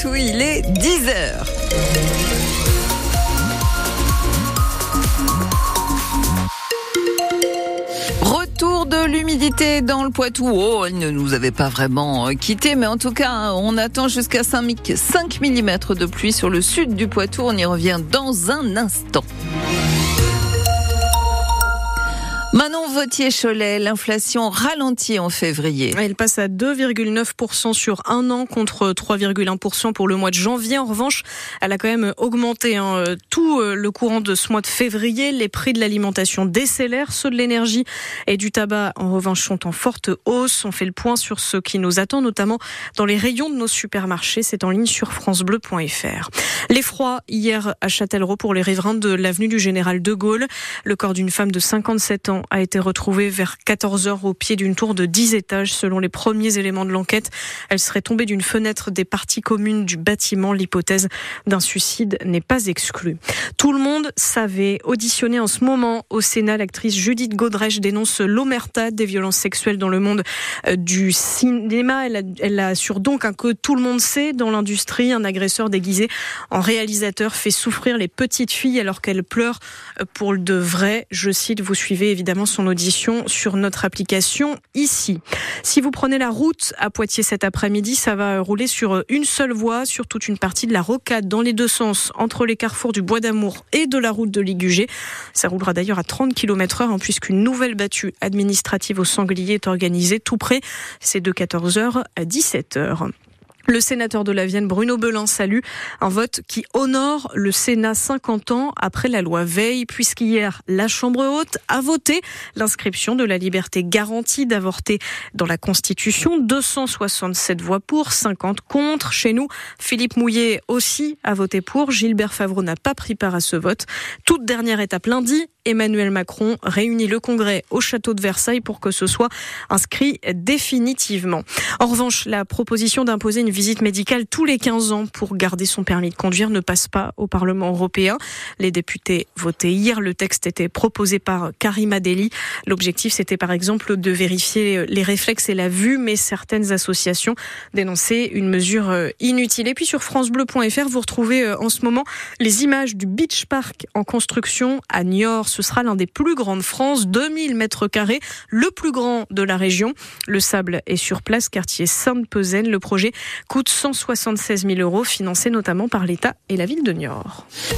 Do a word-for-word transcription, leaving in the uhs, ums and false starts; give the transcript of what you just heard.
Poitou, il est dix heures. Retour de l'humidité dans le Poitou. Oh, il ne nous avait pas vraiment quittés, mais en tout cas, on attend jusqu'à cinq millimètres de pluie sur le sud du Poitou. On y revient dans un instant. Manon Vauthier-Cholet, l'inflation ralentit en février. Elle passe à deux virgule neuf pour cent sur un an contre trois virgule un pour cent pour le mois de janvier. En revanche, elle a quand même augmenté hein, tout le courant de ce mois de février. Les prix de l'alimentation décélèrent, ceux de l'énergie et du tabac en revanche sont en forte hausse. On fait le point sur ce qui nous attend, notamment dans les rayons de nos supermarchés. C'est en ligne sur francebleu point f r. L'effroi hier à Châtellerault pour les riverains de l'avenue du Général de Gaulle. Le corps d'une femme de cinquante-sept ans a été retrouvé vers quatorze heures au pied d'une tour de dix étages. Selon les premiers éléments de l'enquête, elle serait tombée d'une fenêtre des parties communes du bâtiment. L'hypothèse d'un suicide n'est pas exclue. Tout le monde savait. Auditionnée en ce moment au Sénat, l'actrice Judith Godrèche dénonce l'omerta des violences sexuelles dans le monde du cinéma. Elle, a, elle assure donc hein, que tout le monde sait dans l'industrie, un agresseur déguisé en réalisateur fait souffrir les petites filles alors qu'elles pleurent pour de vrai. Je cite, vous suivez évidemment son audition sur notre application ici. Si vous prenez la route à Poitiers cet après-midi, ça va rouler sur une seule voie, sur toute une partie de la rocade dans les deux sens, entre les carrefours du Bois d'Amour et de la route de Ligugé. Ça roulera d'ailleurs à trente kilomètres heure, hein, puisqu'une nouvelle battue administrative au sanglier est organisée tout près. C'est de quatorze heures à dix-sept heures. Le sénateur de la Vienne, Bruno Belin, salue un vote qui honore le Sénat cinquante ans après la loi Veil, puisqu'hier, la Chambre haute a voté l'inscription de la liberté garantie d'avorter dans la Constitution. deux cent soixante-sept voix pour, cinquante contre. Chez nous, Philippe Mouillet aussi a voté pour. Gilbert Favreau n'a pas pris part à ce vote. Toute dernière étape lundi, Emmanuel Macron réunit le Congrès au château de Versailles pour que ce soit inscrit définitivement. En revanche, la proposition d'imposer une visite médicale tous les quinze ans pour garder son permis de conduire ne passe pas au Parlement européen. Les députés votaient hier. Le texte était proposé par Karima Delli. L'objectif, c'était par exemple de vérifier les réflexes et la vue, mais certaines associations dénonçaient une mesure inutile. Et puis sur francebleu point f r, vous retrouvez en ce moment les images du Beach Park en construction à Niort. Ce sera l'un des plus grands de France, deux mille mètres carrés, le plus grand de la région. Le sable est sur place, quartier Sainte-Pezaine. Le projet coûte cent soixante-seize mille euros, financé notamment par l'État et la ville de Niort.